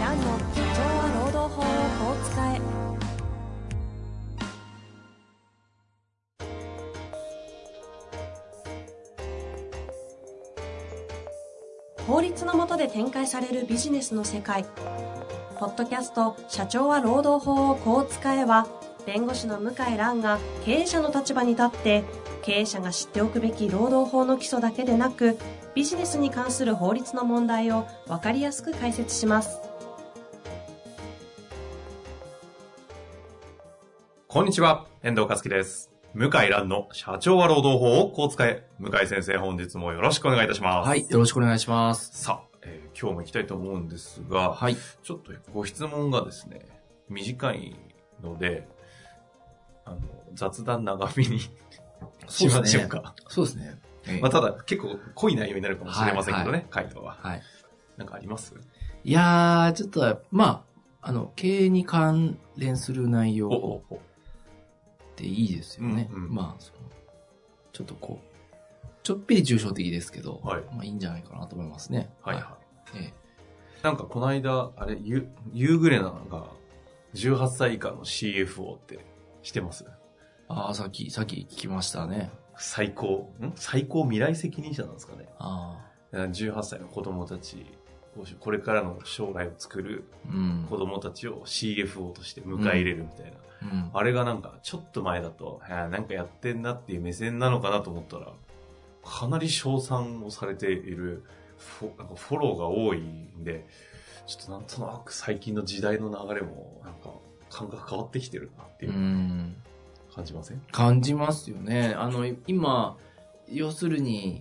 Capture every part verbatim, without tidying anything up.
蘭の社長は労働法をこう使え。法律の下で展開されるビジネスの世界。ポッドキャスト社長は労働法をこう使えは、弁護士の向井蘭が経営者の立場に立って経営者が知っておくべき労働法の基礎だけでなく、ビジネスに関する法律の問題を分かりやすく解説します。 こんにちは、遠藤和樹です。向井蘭の社長は労働法をこう使え。向井先生、本日もよろしくお願いいたします。 はい、よろしくお願いします。 さあ、えー、今日も行きたいと思うんですが、はい、ちょっとご質問がですね、短いので、あの雑談長めにしましょうか。 そうですね。 えーまあ、ただ結構濃い内容になるかもしれませんけどね、 はいはい、 回答は。 はい。 なんかあります？ いやー、ちょっと、まあ、あの、経営に関連する内容っていいですよね。うんうん、まあその、ちょっとこう、ちょっぴり抽象的ですけど、はい、まあいいんじゃないかなと思いますね。 はいはい。 ええ、 なんかこの間、あれ、ユーグレナがじゅうはっさい以下の シーエフオー ってしてます？ ああ、さっき、さっき聞きましたね。 最高、ん最高未来責任者なんですかね。 ああ。じゅうはっさいの子供たち、これからの将来を作る子供たちを シーエフオー として迎え入れるみたいな。うんうん、あれがなんかちょっと前だと、なんかやってんなっていう目線なのかなと思ったら、かなり称賛をされているフォ、なんかフォローが多いんで、ちょっとなんとなく最近の時代の流れもなんか感覚変わってきてるなっていう感じません？ 感じますよね。あの今要するに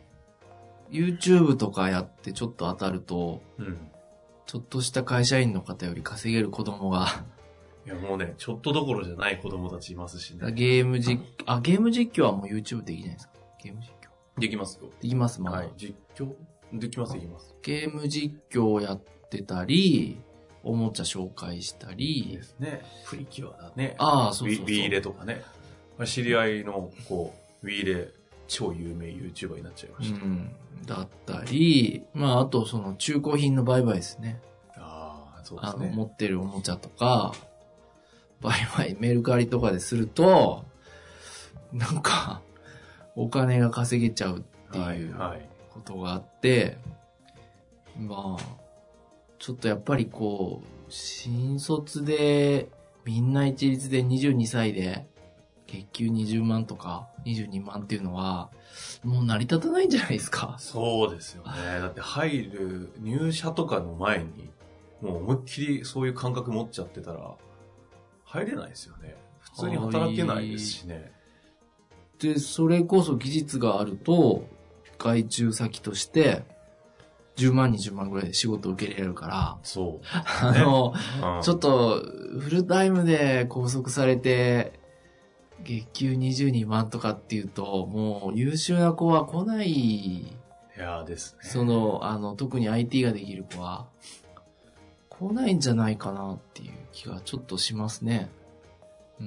YouTube とかやってちょっと当たると、うん、ちょっとした会社員の方より稼げる子供がいやもうね、ちょっとどころじゃない子供たちいますしね。 ゲーム実あゲーム実況はもう YouTube できないですか？ゲーム実況できますよ。 できます、まあ、 はい。実況できます、できます。 ゲーム実況をやってたり、おもちゃ紹介したり。 ですね。プリキュアだね。 ああ、そうそうそう。 ウィーレとかね。知り合いの、こう、ウィーレ、超有名 YouTuber になっちゃいました。うん。 だったり、まあ、あとその中古品の売買ですね。 ああ、そうですね。 あの、持ってるおもちゃとか、売買、メルカリとかですると、なんか、お金が稼げちゃうっていうことがあって、はいはい、まあ、ちょっとやっぱりこう、新卒で、みんな一律でにじゅうにさいで、月給にじゅうまんとかにじゅうにまんっていうのは、もう成り立たないんじゃないですか。 そうですよね。だって入る、入社とかの前に、もう思いっきりそういう感覚持っちゃってたら、入れないですよね。普通に働けないですしね。 で、それこそ技術があると、外注先として、じゅうまん、にじゅうまんぐらいで仕事を受け入れられるから、 そう。 あの、うん、ちょっと、フルタイムで拘束されて、月給にじゅうにまんとかっていうと、もう優秀な子は来ない。いやですね。 その、あの、特に アイティー ができる子は、来ないんじゃないかなっていう気がちょっとしますね。 うん。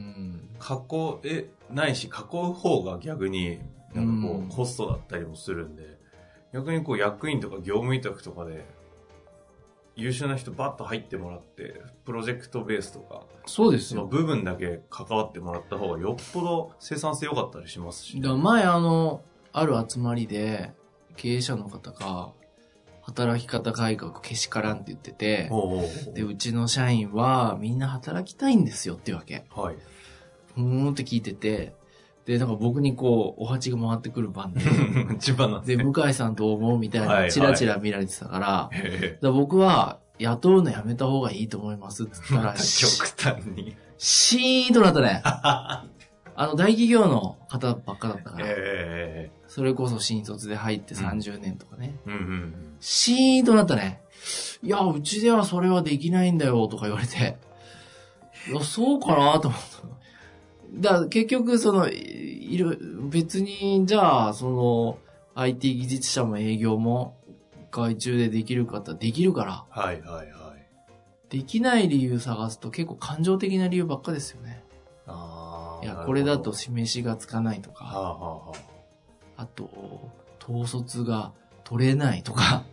囲えないし、囲う方が逆に、なんかこう、コストだったりもするんで、逆にこう役員とか業務委託とかで優秀な人バッと入ってもらってプロジェクトベースとかそうですよ。 その部分だけ関わってもらった方がよっぽど生産性良かったりしますし、ね、 だから前あのある集まりで経営者の方が働き方改革けしからんって言ってて、おうおうおうでうちの社員はみんな働きたいんですよっていうわけ。はい。ふーんって聞いてて。で、なんか僕にこう、お鉢が回ってくる番で。 一番なんですね。 で、向井さんどう思うみたいな、チラチラ見られてたから、はいはい、だから僕は、雇うのやめた方がいいと思いますって言ったら、 極端に。 シーンとなったね。あの、大企業の方ばっかだったから、えー、それこそ新卒で入ってさんじゅうねんとかね。うんうんうん、シーンとなったね。いや、うちではそれはできないんだよとか言われて、いや、そうかなと思った。だから結局そのいる別にじゃあその アイティー 技術者も営業も外注でできる方できるから、 はいはいはい、 できない理由探すと結構感情的な理由ばっかですよね。ああ、いやこれだと示しがつかないとか、はあはあ、あと統率が取れないとか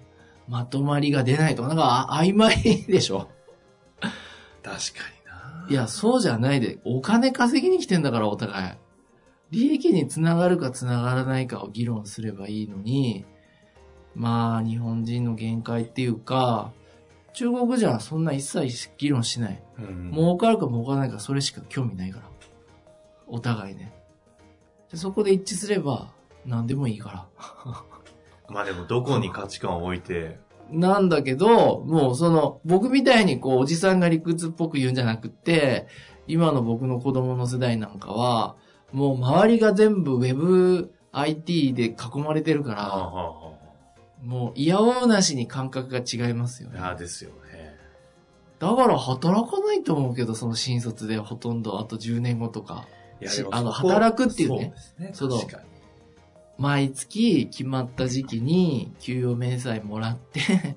まとまりが出ないとか、なんか曖昧でしょ。 確かにな。 いや、そうじゃないで、お金稼ぎに来てんだから、お互い。利益につながるかつながらないかを議論すればいいのに、まあ、日本人の限界っていうか、中国人はそんな一切議論しない。うん、儲かるか儲からないか、それしか興味ないから。お互いね。でそこで一致すれば、何でもいいから。 まあでも、どこに価値観を置いて。 なんだけど、もうその、僕みたいにこう、おじさんが理屈っぽく言うんじゃなくて、今の僕の子供の世代なんかは、もう周りが全部 Web アイティー で囲まれてるから、はあはあ、もう嫌おうなしに感覚が違いますよね。 ああですよね。 だから働かないと思うけど、その新卒でほとんどあとじゅうねんごとか。いやあの、働くっていうね。そうですね。その、確かに。毎月決まった時期に給与明細もらって、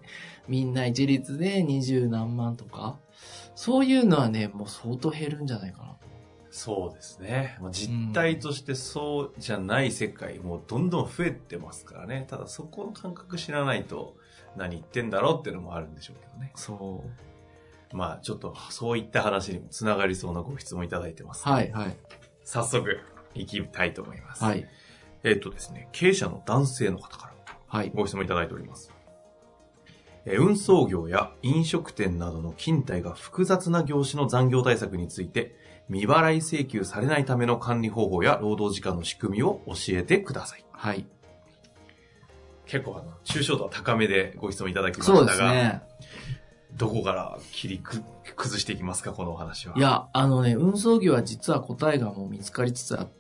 みんな一律で二十何万とか、そういうのはね、もう相当減るんじゃないかな。 そうですね。実態としてそうじゃない世界もどんどん増えてますからね。ただそこの感覚知らないと何言ってんだろうっていうのもあるんでしょうけどね。 そう。 まあちょっとそういった話にもつながりそうなご質問いただいてます。 はいはい。 早速いきたいと思います。 はい。 えっとですね、経営者の男性の方からご質問いただいております。はい、運送業や飲食店などの勤怠が複雑な業種の残業対策について未払い請求されないための管理方法や労働時間の仕組みを教えてください。 はい。 結構あの抽象度は高めでご質問いただきましたが、そうですね。どこから切りく崩していきますか、このお話は。 いや、あのね、運送業は実は答えがもう見つかりつつあって、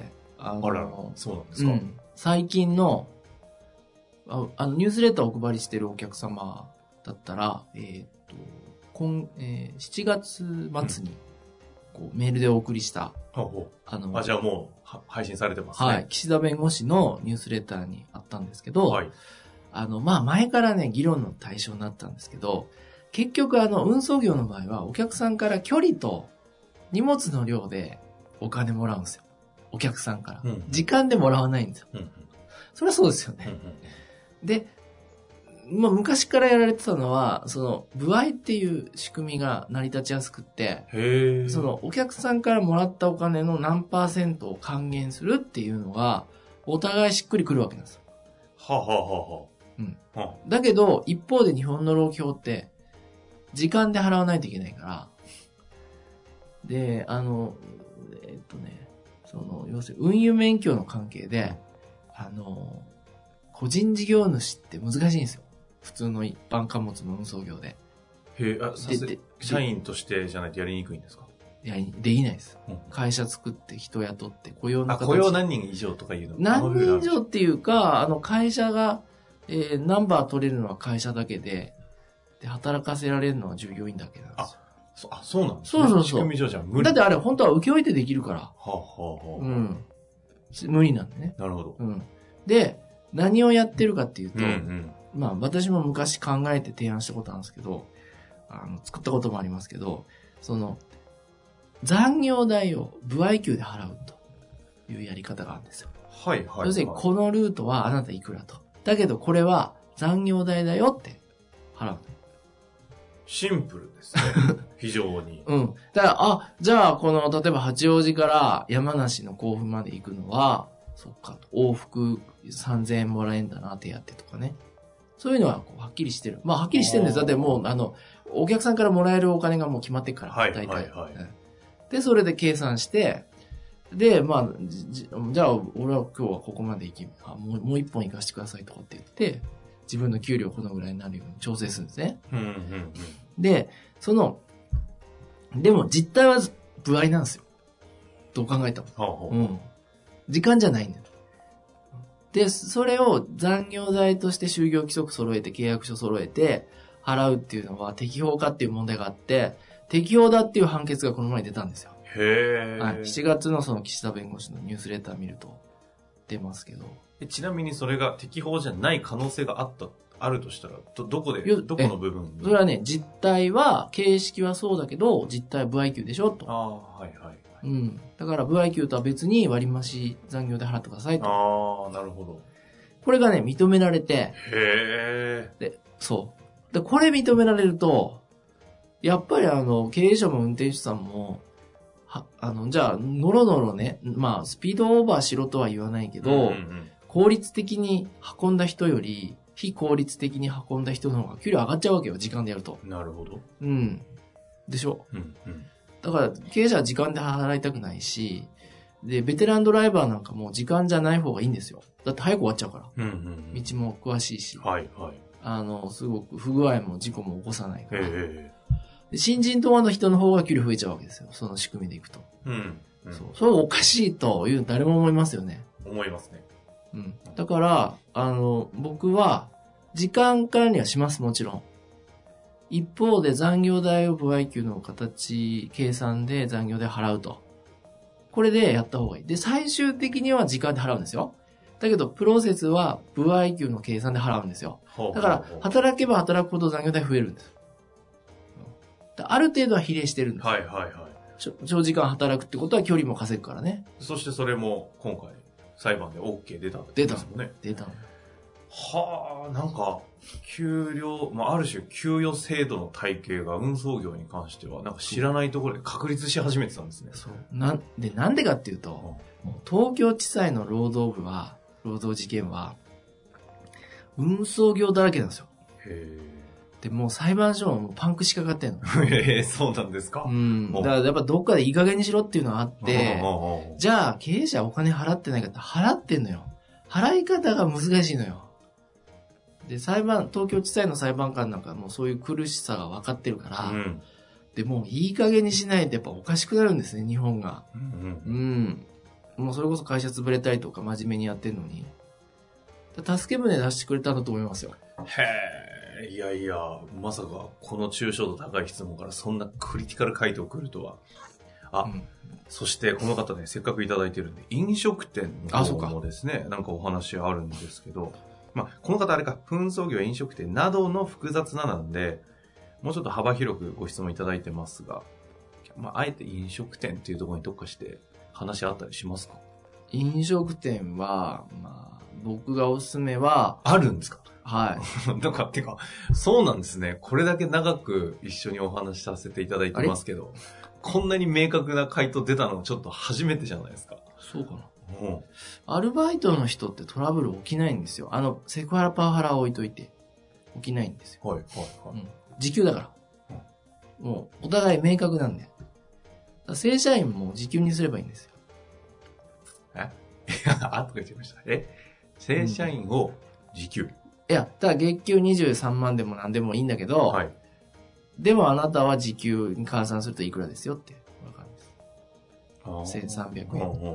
あのあらら、そうなんですか。うん、 最近のああのニュースレターをお配りしているお客様だったら、えー、っと今えー、しちがつ末に、うんこうメールでお送りした。 ほうほうあの、あ、じゃあもう配信されてますね。 はい。岸田弁護士のニュースレターにあったんですけど、はい。あの、まあ、前からね、議論の対象になったんですけど、結局あの、運送業の場合は、お客さんから距離と荷物の量でお金もらうんですよ。お客さんから。うん、時間でもらわないんですよ。うん、それはそうですよね。うんうん、で、まあ、昔からやられてたのは、その、歩合っていう仕組みが成り立ちやすくって、へその、お客さんからもらったお金の何パーセントを還元するっていうのが、お互いしっくりくるわけなんですよ。 ははははうん。はだけど、一方で日本の労基法って、時間で払わないといけないから、で、あの、えっとね、その、要するに運輸免許の関係で、あの、個人事業主って難しいんですよ。普通の一般貨物の運送業で。 へえ、あ、させ、社員としてじゃないとやりにくいんですか？ いや、できないです。うん、会社作って人雇って雇用の形。あ、雇用何人以上とかいうの？ 何人以上っていうか、あの会社が、えー、ナンバー取れるのは会社だけで、で、働かせられるのは従業員だけなんですよ。 あ、そ, あそうなんですね。 そうそうそう。 仕組み上じゃ無理。 だってあれ本当は請け負いでできるから。はあ、はあはあ、 うん。無理なんでね。 なるほど。 うん。で、何をやってるかっていうと、うんうんまあ私も昔考えて提案したことあるんですけど、あの作ったこともありますけど、その残業代を歩合給で払うというやり方があるんですよ。 はいはい、はい。 要するにこのルートはあなたいくらと。だけどこれは残業代だよって払う。 シンプルですね。非常に。 うん。だから、あ、じゃあこの例えば八王子から山梨の甲府まで行くのは、そっかと。往復さんぜんえんもらえんだな、手当とかね。そういうのはこうはっきりしてる。まあ、はっきりしてるんです。だってもう、あの、お客さんからもらえるお金がもう決まってるから。 はい、大体、はい、はい。 で、それで計算して、で、まあ、じ, じゃあ、俺は今日はここまで行き、あもう、もう一本行かせてくださいとかって言って、自分の給料このぐらいになるように調整するんですね。 うんうんうん、 で、その、でも実態は歩合なんですよ。どう考えたも。 はあはあ、 うん。時間じゃないんだよ。で、それを残業代として就業規則揃えて、契約書揃えて、払うっていうのは適法かっていう問題があって、適法だっていう判決がこの前出たんですよ。 へー。 はい。しちがつのその岸田弁護士のニュースレター見ると出ますけど。 ちなみにそれが適法じゃない可能性があった、あるとしたら、ど、どこで、どこの部分に？ それはね、実態は、形式はそうだけど、実態は歩合給でしょと。 ああ、はいはい。 うん。だから、歩合給とは別に割増残業で払ってくださいと。 ああ、なるほど。 これがね、認められて。 へえ。 で、 そう。で、これ認められると、やっぱりあの、経営者も運転手さんも、は、あの、じゃあ、のろのろね、まあ、スピードオーバーしろとは言わないけど、うんうんうん、効率的に運んだ人より、非効率的に運んだ人の方が給料上がっちゃうわけよ、時間でやると。 なるほど。 うん。でしょ、 うんうん、 だから、経営者は時間で働いたくないし、で、ベテランドライバーなんかも時間じゃない方がいいんですよ。だって早く終わっちゃうから。 うんうんうん、 道も詳しいし。 はいはい。 あの、すごく不具合も事故も起こさないから。 へー。 で新人との人の方が給料増えちゃうわけですよ。その仕組みでいくと。 うん。うん、 そう。それおかしいという誰も思いますよね。 思いますね。 うん。だから、あの、僕は、時間管理はします、もちろん。一方で残業代を歩合給の形、計算で残業代払うと。これでやった方がいい。で、最終的には時間で払うんですよ。だけど、プロセスは歩合給の計算で払うんですよ。だから、働けば働くほど残業代増えるんです。ある程度は比例してるんです。 はいはいはい。 長時間働くってことは距離も稼ぐからね。 そしてそれも今回裁判で OK 出たんですもんね。 出た。出た。 はあ、なんか、給料、まあ、ある種給与制度の体系が運送業に関しては、なんか知らないところで確立し始めてたんですね。 そう。なんで、なんでかっていうと、うん、もう東京地裁の労働部は、労働事件は、運送業だらけなんですよ。 へで、もう裁判所もパンクしかかってんの。 へえ、そうなんですか。 うん。だからやっぱどっかでいい加減にしろっていうのがあって、じゃあ経営者お金払ってないかって払ってんのよ。払い方が難しいのよ。で、裁判、東京地裁の裁判官なんかもうそういう苦しさが分かってるから、うん、で、もういい加減にしないとやっぱおかしくなるんですね、日本が。うん、うんうん。もうそれこそ会社潰れたりとか真面目にやってんのに。助け舟出してくれたんだと思いますよ。 へえ、いやいや、まさかこの抽象度高い質問からそんなクリティカル回答来るとは。あ、うん、そしてこの方ね、せっかくいただいてるんで、飲食店の方もですね、なんかお話あるんですけど、まあ、この方あれか、紛争業飲食店などの複雑ななんで、もうちょっと幅広くご質問いただいてますが、まあ、あえて飲食店っていうところに特化して話あったりしますか？ 飲食店は、まあ、僕がおすすめは、 あるんですか？ はい。 なんか、てか、そうなんですね。これだけ長く一緒にお話しさせていただいてますけど、こんなに明確な回答出たのちょっと初めてじゃないですか。 そうかな。 うん、 アルバイトの人ってトラブル起きないんですよ。あの、セクハラパワハラは置いといて、起きないんですよ。 はい、はい、はい。うん、 時給だから。うん、もう、お互い明確なんで。正社員も時給にすればいいんですよ。 えあとか言ってました。え正社員を時給、うん、 いや、ただ月給にじゅうさんまんでも何でもいいんだけど、はい、でもあなたは時給に換算するといくらですよって。わかるんです。せんさんびゃくえん。うん。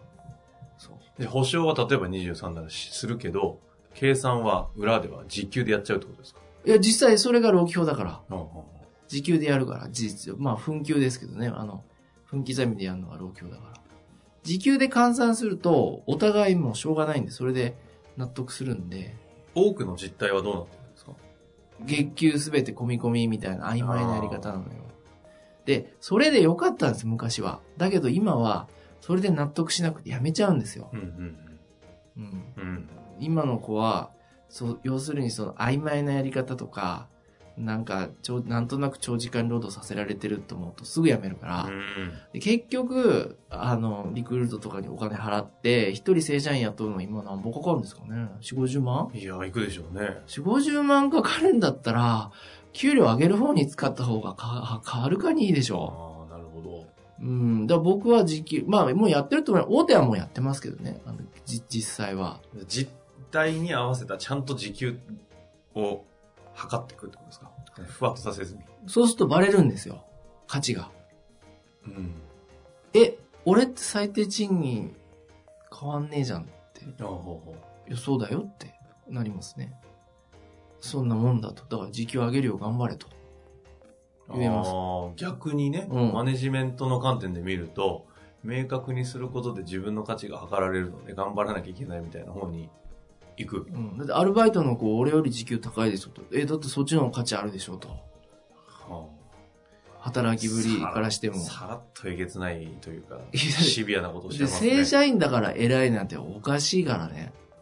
で、保証は例えばにじゅうさんならするけど、計算は裏では時給でやっちゃうってことですか？ いや、実際それが労基法だから。うんうん、時給でやるから、事実。まあ、分給ですけどね。あの、分刻みでやるのが労基法だから。時給で換算すると、お互いもしょうがないんで、それで納得するんで。 多くの実態はどうなってるんですか？ 月給すべて込み込みみたいな曖昧なやり方なのよ。で、それで良かったんです、昔は。だけど今は、それで納得しなくてやめちゃうんですよ。うんうんうんうん、今の子はそう要するにその曖昧なやり方とかなんかちょなんとなく長時間労働させられてると思うとすぐやめるから、うん、で結局あのリクルートとかにお金払って一人正社員雇うの今何本かかるんですかね？よんじゅう、ごじゅうまん？ いや行くでしょうね。 よんじゅう、ごじゅうまんかかるんだったら給料上げる方に使った方がかはるかにいいでしょう。うん。だから僕は時給、まあもうやってると思う。大手はもうやってますけどね。あの、じ、実際は。 実態に合わせたちゃんと時給を測っていくってことですか？ふわっとさせずに。 そうするとバレるんですよ。価値が。うん。え、俺って最低賃金変わんねえじゃんって。ああ、ほうほう。いや、そうだよってなりますね。そんなもんだと。だから時給上げるよ、頑張れと。言えます。 あ、逆にね、うん、マネジメントの観点で見ると明確にすることで自分の価値が測られるので頑張らなきゃいけないみたいな方に行く、 うん、だってアルバイトの子俺より時給高いでしょと、えだってそっちの価値あるでしょと、はあ、働きぶりからしてもさらっとえげつないというかシビアなことをしてますね。 正社員だから偉いなんておかしいからね。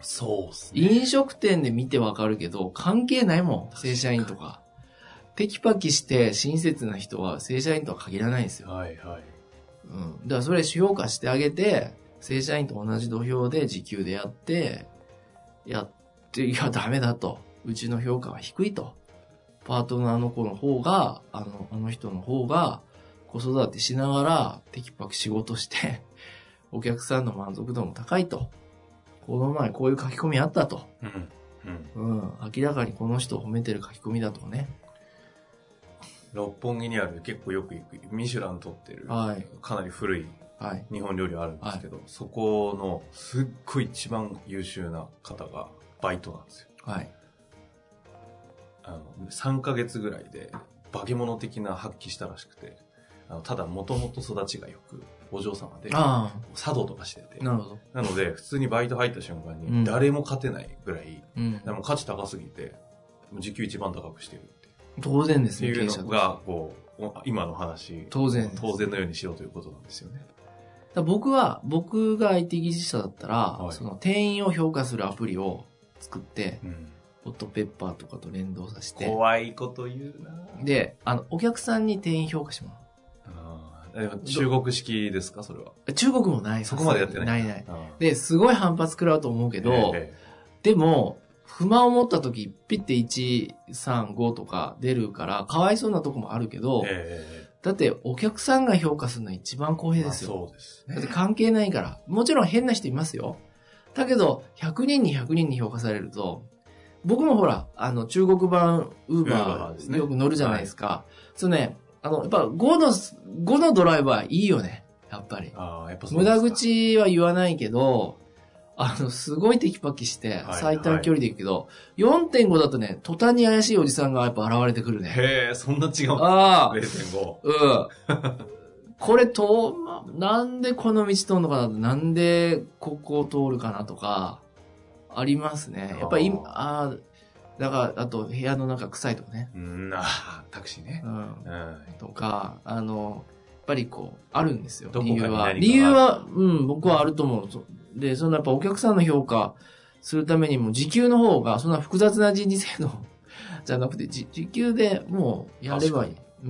そうっすね。 飲食店で見てわかるけど、関係ないもん、正社員とか。テキパキして親切な人は正社員とは限らないんですよ。 はいはい。 うん。だからそれ評価してあげて、正社員と同じ土俵で時給でやって、やって、いや、ダメだと。うちの評価は低いと。パートナーの子の方が、あの、あの人の方が、子育てしながら、テキパキ仕事して、お客さんの満足度も高いと。この前こういう書き込みあったと。うん。うん。うん。明らかにこの人を褒めてる書き込みだとかね。 六本木にある結構よく行く、ミシュラン取ってる、はい、かなり古い日本料理あるんですけど、はい、そこのすっごい一番優秀な方がバイトなんですよ。はい。あの、さんかげつぐらいで化け物的な発揮したらしくて、あのただもともと育ちがよく、お嬢様で、茶道とかしてて。 なるほど。 なので、普通にバイト入った瞬間に誰も勝てないぐらい、うん、でも価値高すぎて、時給一番高くしてるって。 当然ですね。っていうのが、こう、今の話、 当然当然のようにしようということなんですよね。 だ僕は、僕が アイティー 技術者だったら、はい、その店員を評価するアプリを作って、うん、ホットペッパーとかと連動させて。 怖いこと言うな。 で、あの、お客さんに店員評価します。 中国式ですかそれは。 中国もない。 そこまでやってない。 ないない。で、すごい反発食らうと思うけど、えー、でも、不満を持った時、ピッていち、さん、ごとか出るから、かわいそうなとこもあるけど、えー、だってお客さんが評価するのは一番公平ですよ。 まあ、そうですね。 だって関係ないから。もちろん変な人いますよ。だけど、ひゃくにんにひゃくにんに評価されると、僕もほら、あの、中国版ウーバーよく乗るじゃないですか。はい、そうね、あの、やっぱごの、ごのドライバーいいよね。やっぱり。あ、やっぱそうですか。無駄口は言わないけど、あの、すごいテキパキして、最短距離で行くけど、はいはい、よんてんご だとね、途端に怪しいおじさんがやっぱ現れてくるね。 へえ、そんな違う。 ああ。 れいてんご。 うん。これと、なんでこの道通るのかな、なんでここを通るかなとか、ありますね。やっぱり、ああ、だから、あと部屋の中臭いとかね。 うん、ああ、タクシーね。うん。うん、 とか、あの、やっぱりこう、あるんですよ。理由は。理由は、うん、僕はあると思う。で、そのやっぱお客さんの評価するためにも時給の方がそんな複雑な人事制度じゃなくて、時給でもうやればいい。うん。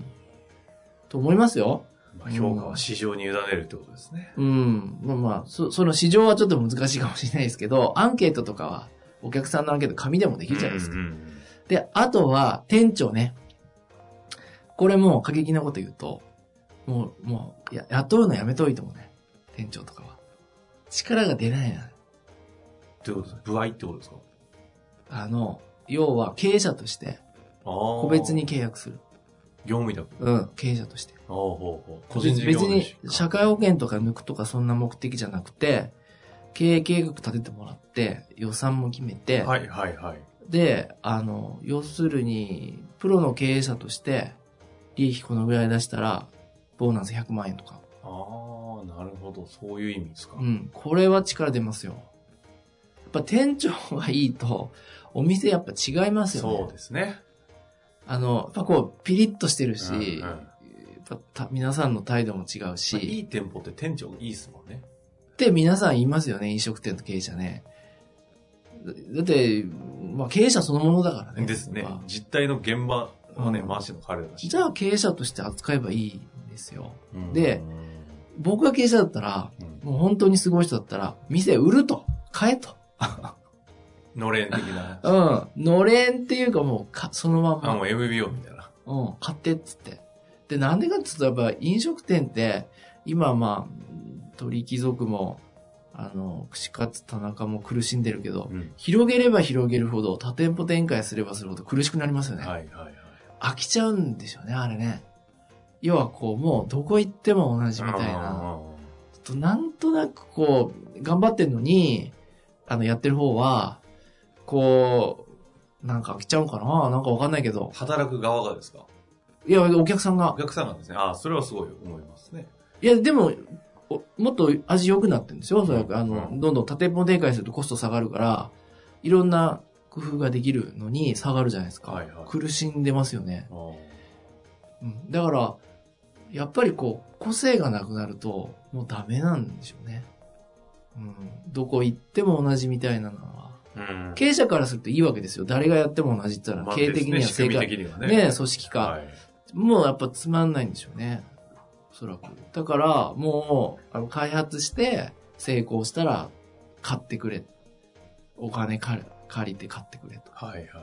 と思いますよ。 まあ、評価は市場に委ねるってことですね。 うん。まあまあ、そ、その市場はちょっと難しいかもしれないですけど、アンケートとかは、お客さんのアンケート紙でもできるじゃないですか。うんうん、で、あとは店長ね。これも過激なこと言うと、もう、もう、や、雇うのやめといてもね。店長とかは。力が出ないな。 どういうことですか？歩合ってことですか？ あの、要は経営者として、個別に契約する。 業務委託？ うん、経営者として。 ほうほうほう。個人事業主。 別に社会保険とか抜くとかそんな目的じゃなくて、経営計画立ててもらって、予算も決めて、 はいはいはい。 で、あの、要するに、プロの経営者として、利益このぐらい出したら、ボーナスひゃくまんえんとか。 ああ、なるほど。そういう意味ですか。 うん。これは力出ますよ。やっぱ店長がいいと、お店やっぱ違いますよね。 そうですね。 あの、やっぱこう、ピリッとしてるし、うんうん、やっぱ皆さんの態度も違うし。まあ、 いい店舗って店長いいですもんね。 って皆さん言いますよね、飲食店の経営者ね。だって、まあ経営者そのものだからね。 ですね。実態の現場はね、うん、回しての彼だし。 じゃあ経営者として扱えばいいんですよ。うん、で、僕が経営者だったら、うん、もう本当にすごい人だったら、店売ると、買えと。 のれん的な。 うん。のれんっていうかもうか、そのまま。 あ、もう エムビーオー みたいな。 うん、買ってっつって。で、なんでかって言うと、やっぱ飲食店って、今まあ、鳥貴族も、あの、串カツ田中も苦しんでるけど、うん、広げれば広げるほど、多店舗展開すればするほど苦しくなりますよね。はいはいはい。飽きちゃうんでしょうね、あれね。要はこう、もうどこ行っても同じみたいな。となんとなくこう、頑張ってんのに、あの、やってる方は、こう、なんか飽きちゃうかななんかわかんないけど。 働く側がですか？ いや、お客さんが。 お客さんがですね。ああ、それはすごい思いますね。 いや、でも、もっと味良くなってるんですよ。それあの、うん、どんどん多店舗展開するとコスト下がるから、いろんな工夫ができるのに下がるじゃないですか。はいはい、苦しんでますよね。うん、だから、やっぱりこう、個性がなくなると、もうダメなんでしょうね。 うん、どこ行っても同じみたいなのは、うん、経営者からするといいわけですよ。誰がやっても同じって言ったら、経営的には正解、ねね、組織化、はい、もうやっぱつまんないんでしょうね。おそらく。だから、もう、あの開発して成功したら買ってくれ。お金借り、借りて買ってくれと。はいはいはい。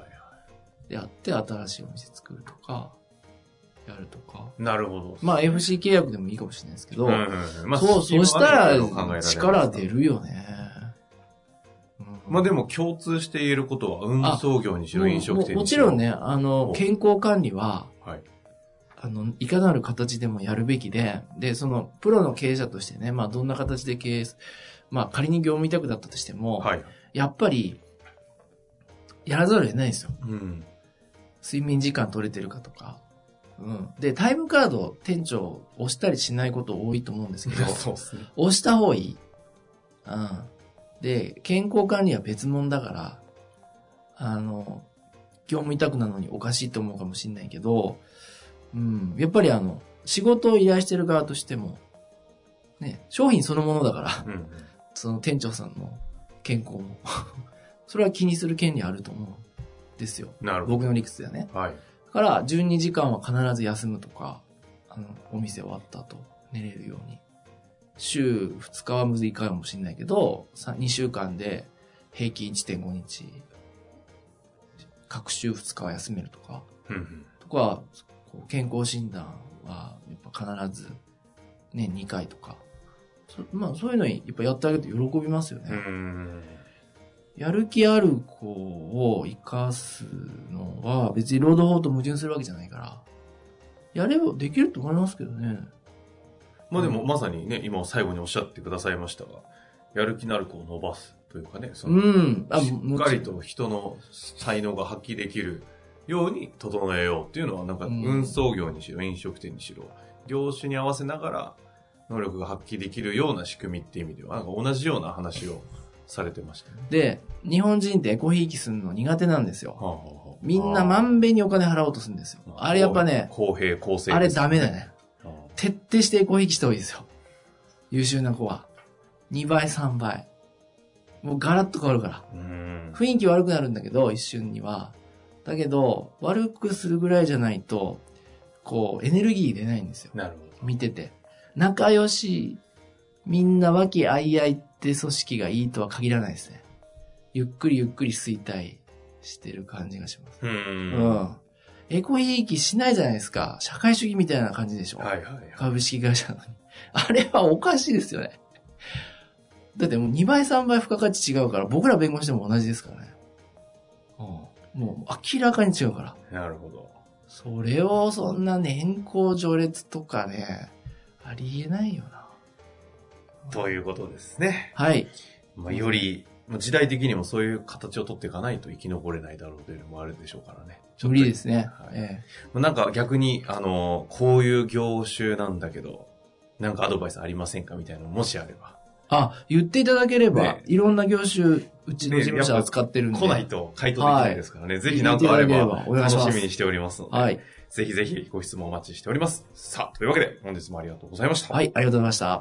やって新しいお店作るとか、やるとか。 なるほど。 まあ エフシー 契約でもいいかもしれないですけど、うんうんまあ、そう、そうしたら力出るよね。 うん、まあでも共通して言えることは運送業にしろ飲食店にしろ。 もちろんね、あの、健康管理は、はい。あの、いかなる形でもやるべきで、で、その、プロの経営者としてね、まあ、どんな形で経営、まあ、仮に業務委託だったとしても、はい、やっぱり、やらざるを得ないんですよ。うん。睡眠時間取れてるかとか。うん。で、タイムカード、店長、押したりしないこと多いと思うんですけど、そうですね。押した方がいい。うん。で、健康管理は別物だから、あの、業務委託なのにおかしいと思うかもしれないけど、うん。やっぱりあの、仕事を依頼してる側としても、ね、商品そのものだから、うんうん、その店長さんの健康も、それは気にする権利あると思うんですよ。なるほど。僕の理屈ではね。はい。だから、じゅうにじかんは必ず休むとか、あの、お店終わった後、寝れるように。週ふつかはむずいかもしれないけど、にしゅうかんで平均 いってんごにち、各週ふつかは休めるとか、うんうん、とか、健康診断はやっぱ必ず年にかいとか、そまあそういうのやっぱやってあげると喜びますよね。うんやる気ある子を生かすのは別に労働法と矛盾するわけじゃないから、やればできると思いますけどね。 まあでもまさにね、今最後におっしゃってくださいましたが、やる気のある子を伸ばすというかね、その、うん、あしっかりと人の才能が発揮できるように整えようっていうのは、なんか運送業にしろ飲食店にしろ業種に合わせながら能力が発揮できるような仕組みっていう意味ではなんか同じような話をされてましたね。 で、日本人ってエコひいきするの苦手なんですよ。はあはあ、みんなまんべんにお金払おうとするんですよ。あ, あれやっぱね、 公平公正、 あれダメだね。はあ、徹底してエコひいきした方がいいですよ。優秀な子はにばいさんばい、もうガラッと変わるから。うん雰囲気悪くなるんだけど一瞬には。だけど、悪くするぐらいじゃないと、こう、エネルギー出ないんですよ。なるほど。見てて。仲良し、みんな和気あいあいって組織がいいとは限らないですね。ゆっくりゆっくり衰退してる感じがします。うん。うん。エコひいきしないじゃないですか。社会主義みたいな感じでしょ。はいはいはい。株式会社なのに。あれはおかしいですよね。だってもうにばいさんばい付加価値違うから、僕ら弁護士でも同じですからね。うん。もう明らかに違うから。 なるほど。 それをそんな年功序列とかね、ありえないよな。 ということですね。 はい。 まあ、より、時代的にもそういう形を取っていかないと生き残れないだろうというのもあるでしょうからね。 無理ですね。 はいええ、なんか逆に、あの、こういう業種なんだけど、なんかアドバイスありませんかみたいなのもしあれば。 あ、言っていただければ、ね、いろんな業種、うちの事務所は使ってるんで。 来ないと回答できないですからね。はい、ぜひ何かあれば、楽しみにしておりますので、はい、ぜひぜひご質問お待ちしております。さあ、というわけで、本日もありがとうございました。 はい、ありがとうございました。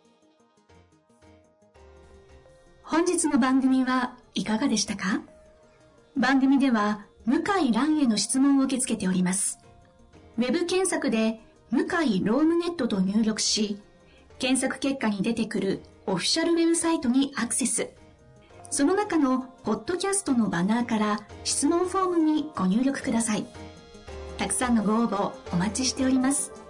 本日の番組はいかがでしたか？番組では、向井蘭への質問を受け付けております。ウェブ検索で、向井ロームネットと入力し、検索結果に出てくるオフィシャルウェブサイトにアクセス。その中のポッドキャストのバナーから質問フォームにご入力ください。たくさんのご応募お待ちしております。